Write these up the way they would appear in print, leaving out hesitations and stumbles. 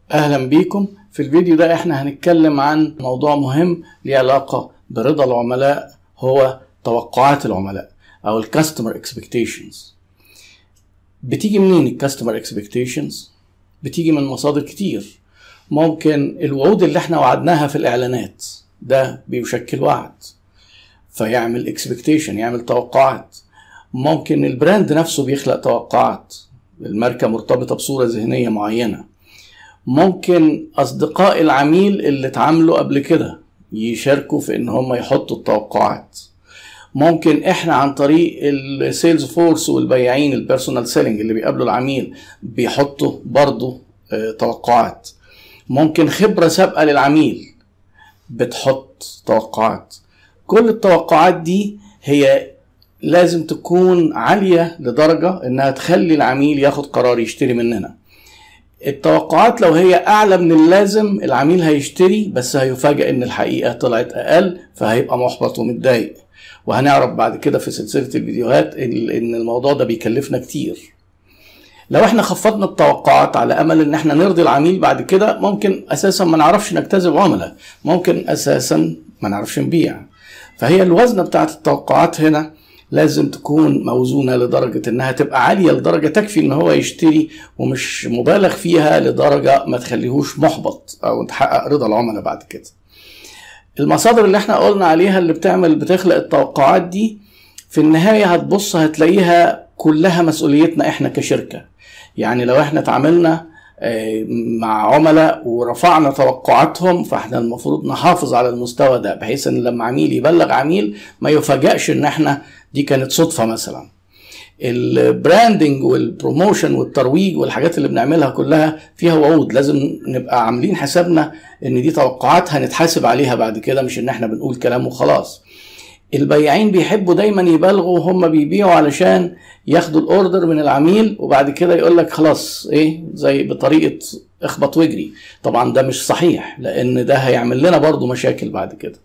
اهلا بيكم. في الفيديو ده احنا هنتكلم عن موضوع مهم ليه علاقة برضا العملاء، هو توقعات العملاء او الكاستمر اكسبكتيشنز. بتيجي منين الكاستمر اكسبكتيشنز؟ بتيجي من مصادر كتير. ممكن الوعود اللي احنا وعدناها في الاعلانات ده بيشكل وعد فيعمل اكسبكتيشن، يعمل توقعات. ممكن البراند نفسه بيخلق توقعات، الماركة مرتبطة بصورة ذهنية معينة. ممكن اصدقاء العميل اللي اتعاملوا قبل كده يشاركوا في ان هم يحطوا التوقعات. ممكن احنا عن طريق السيلز فورس والبياعين البيرسونال سيلينج اللي بيقابلوا العميل بيحطوا برضو توقعات. ممكن خبرة سابقة للعميل بتحط توقعات. كل التوقعات دي هي لازم تكون عالية لدرجة انها تخلي العميل ياخد قرار يشتري مننا. التوقعات لو هي اعلى من اللازم العميل هيشتري، بس هيفاجئ ان الحقيقة طلعت اقل فهيبقى محبط ومتضايق. وهنعرف بعد كده في سلسلة الفيديوهات ان الموضوع ده بيكلفنا كتير. لو احنا خفضنا التوقعات على امل ان احنا نرضي العميل بعد كده ممكن اساسا ما نعرفش نجتذب عملاء، ممكن اساسا ما نعرفش نبيع. فهي الوزنة بتاعت التوقعات هنا لازم تكون موزونة لدرجة انها تبقى عالية لدرجة تكفي ان هو يشتري، ومش مبالغ فيها لدرجة ما تخليهوش محبط او تحقق رضا العملاء بعد كده. المصادر اللي احنا قلنا عليها اللي بتخلق التوقعات دي في النهاية هتبص هتلاقيها كلها مسؤوليتنا احنا كشركة. يعني لو احنا تعاملنا مع عملاء ورفعنا توقعاتهم فاحنا المفروض نحافظ على المستوى ده، بحيث ان لما عميل يبلغ عميل ما يفاجئش ان احنا دي كانت صدفة مثلا. البراندنج والبروموشن والترويج والحاجات اللي بنعملها كلها فيها وعود، لازم نبقى عاملين حسابنا ان دي توقعات هنتحاسب عليها بعد كده، مش ان احنا بنقول كلام وخلاص. البياعين بيحبوا دايما يبالغوا وهم بيبيعوا علشان ياخدوا الاوردر من العميل وبعد كده يقول لك خلاص زي بطريقة اخبط واجري. طبعا ده مش صحيح، لان ده هيعمل لنا برضو مشاكل بعد كده.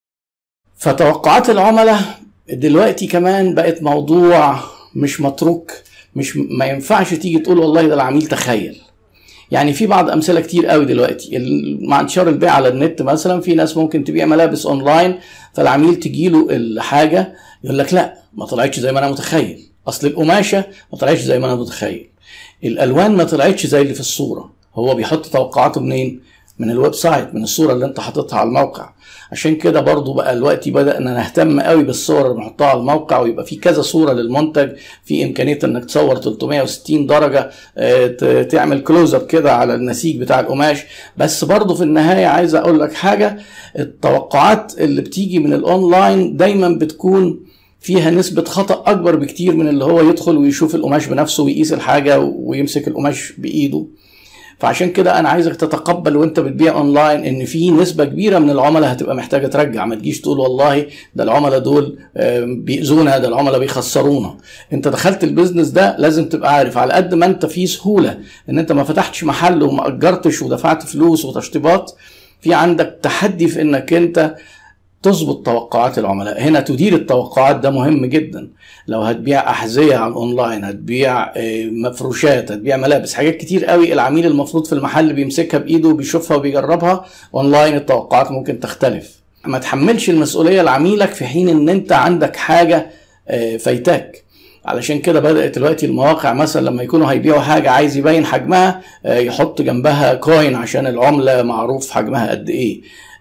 فتوقعات العملاء دلوقتي كمان بقت موضوع مش متروك، ما ينفعش تيجي تقول والله ده العميل تخيل. يعني في بعض امثله كتير قوي دلوقتي مع انتشار البيع على النت، مثلا في ناس ممكن تبيع ملابس اونلاين فالعميل تجيله الحاجه يقول لك لا ما طلعتش زي ما انا متخيل، اصل القماشه ما طلعتش زي ما انا متخيل، الالوان ما طلعتش زي اللي في الصوره. هو بيحط توقعاته منين؟ من الويب سايت، من الصوره اللي انت حاططها على الموقع. عشان كده برضو بقى الوقت بدأنا نهتم قوي بالصور اللي بنحطها على الموقع، ويبقى في كذا صورة للمنتج، في امكانية انك تصور 360 درجة، تعمل كلوز اب كده على النسيج بتاع القماش. بس برضو في النهاية عايز اقول لك حاجة، التوقعات اللي بتيجي من الاونلاين دايما بتكون فيها نسبة خطأ اكبر بكتير من اللي هو يدخل ويشوف القماش بنفسه ويقيس الحاجة ويمسك القماش بايده. فعشان كده انا عايزك تتقبل وانت بتبيع اونلاين ان في نسبة كبيرة من العملاء هتبقى محتاجة ترجع. ما تجيش تقول والله ده العملاء دول بيأذونا، ده العملاء بيخسرونا. انت دخلت البيزنس ده لازم تبقى عارف على قد ما انت في سهولة ان انت ما فتحتش محل وما اجرتش ودفعت فلوس وتشطيبات، في عندك تحدي في انك انت تظبط توقعات العملاء. هنا تدير التوقعات، ده مهم جدا. لو هتبيع أحذية على الأونلاين، هتبيع مفروشات، هتبيع ملابس، حاجات كتير قوي العميل المفروض في المحل بيمسكها بإيده وبيشوفها وبيجربها، أونلاين التوقعات ممكن تختلف. ما تحملش المسؤولية لعميلك في حين ان انت عندك حاجة فايتاك. علشان كده بدأت دلوقتي المواقع مثلا لما يكونوا هيبيعوا حاجة عايز يبين حجمها يحط جنبها كوين عشان العملة معروف حجمها قد ايه.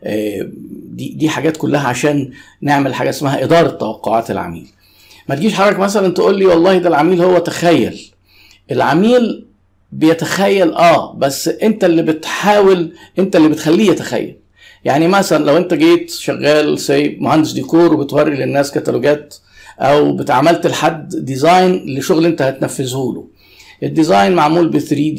دي حاجات كلها عشان نعمل حاجة اسمها إدارة توقعات العميل. ما تجيش حضرتك مثلا تقول لي والله ده العميل هو تخيل. العميل بيتخيل بس انت اللي بتحاول، انت اللي بتخليه يتخيل. يعني مثلا لو انت جيت شغال مهندس ديكور وبتوري للناس كتالوجات او بتعملت لحد ديزاين لشغل انت هتنفذه له، الديزاين معمول ب 3D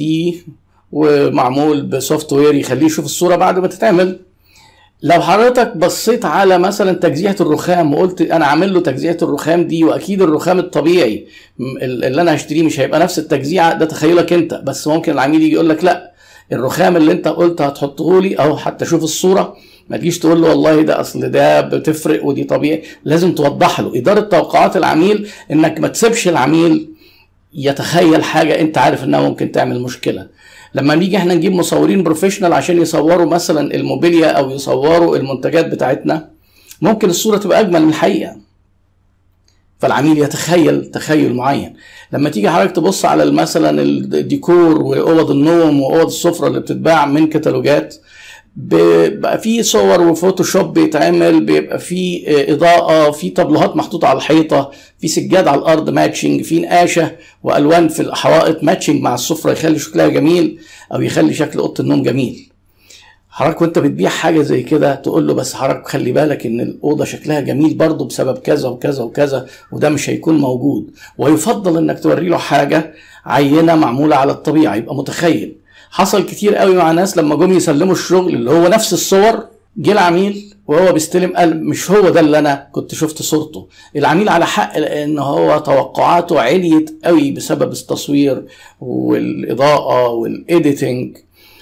ومعمول بسوفت وير يخليه يشوف الصورة بعد ما تتعمل. لو حضرتك بصيت على مثلا تجزئة الرخام وقلت انا عامل له تجزئة الرخام دي واكيد الرخام الطبيعي اللي انا هشتريه مش هيبقى نفس التجزئة، ده تخيلك انت. بس ممكن العميل يجي يقول لك لا الرخام اللي انت قلت هتحطه لي او حتى شوف الصورة، ما تجيش تقول له والله ده اصل ده بتفرق ودي طبيعي. لازم توضح له. إدارة توقعات العميل انك ما تسيبش العميل يتخيل حاجة انت عارف انها ممكن تعمل مشكلة. لما نيجي احنا نجيب مصورين بروفيشنال عشان يصوروا مثلا الموبيليا او يصوروا المنتجات بتاعتنا، ممكن الصورة تبقى اجمل من الحقيقة، فالعميل يتخيل تخيل معين. لما تيجي حضرتك تبص على مثلا الديكور واوض النوم واوض السفرة اللي بتتباع من كتالوجات، بيبقى في صور وفوتوشوب بيتعمل، بيبقى في اضاءة، في طابلوهات محطوطة على الحيطة، في سجاد على الارض ماتشنج، في نقاشة والوان في الحوائط ماتشنج مع السفرة يخلي شكلها جميل او يخلي شكل اوضة النوم جميل. حضرتك وانت بتبيع حاجة زي كده تقول له بس حضرتك خلي بالك ان الأوضة شكلها جميل برضو بسبب كذا وكذا وكذا، وده مش هيكون موجود. ويفضل انك توري له حاجة عينة معمولة على الطبيعة يبقى متخيل. حصل كتير قوي مع ناس لما جم يسلموا الشغل اللي هو نفس الصور، جه العميل وهو بيستلم قال مش هو ده اللي انا كنت شفت صورته. العميل على حق لان هو توقعاته عليت قوي بسبب التصوير والاضاءة والايديتنج.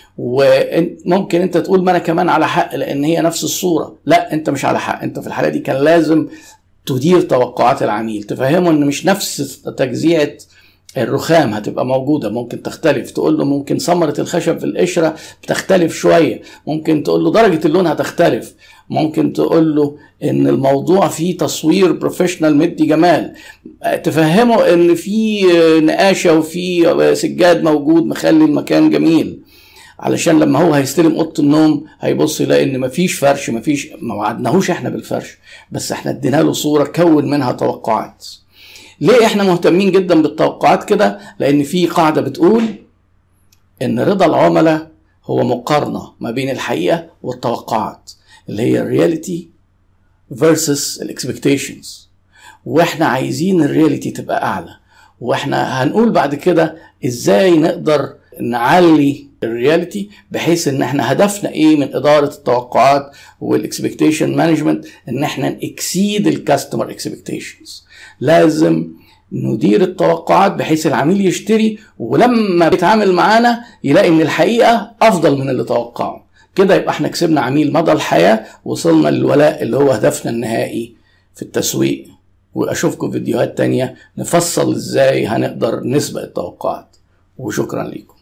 وممكن انت تقول ما انا كمان على حق لان هي نفس الصورة. لا، انت مش على حق. انت في الحالة دي كان لازم تدير توقعات العميل، تفهمه ان مش نفس تجزيعة الرخام هتبقى موجودة، ممكن تختلف. تقول له ممكن ثمرة الخشب في القشرة بتختلف شوية، ممكن تقول له درجة اللون هتختلف، ممكن تقول له ان الموضوع فيه تصوير بروفيشنال مدي جمال. تفهمه ان في نقاشة وفي سجاد موجود مخلي المكان جميل، علشان لما هو هيستلم اوضه النوم هيبص يلاقي ان مفيش فرش، ما وعدناهوش احنا بالفرش، بس احنا ادينا له صوره كون منها توقعات. ليه احنا مهتمين جدا بالتوقعات كده؟ لان في قاعده بتقول ان رضا العملاء هو مقارنه ما بين الحقيقه والتوقعات، اللي هي الرياليتي versus الاكسبكتيشنز. واحنا عايزين الرياليتي تبقى اعلى، واحنا هنقول بعد كده ازاي نقدر نعلي الرياليتي بحيث ان احنا هدفنا ايه من اداره التوقعات والاكسبكتيشن مانجمنت، ان احنا نكسيد الكاستمر اكسبكتيشنز. لازم ندير التوقعات بحيث العميل يشتري ولما بيتعامل معانا يلاقي ان الحقيقه افضل من اللي توقعه. كده يبقى احنا كسبنا عميل مدى الحياه، وصلنا للولاء اللي هو هدفنا النهائي في التسويق. واشوفكم فيديوهات تانية نفصل ازاي هنقدر نسبق التوقعات. وشكرا لكم.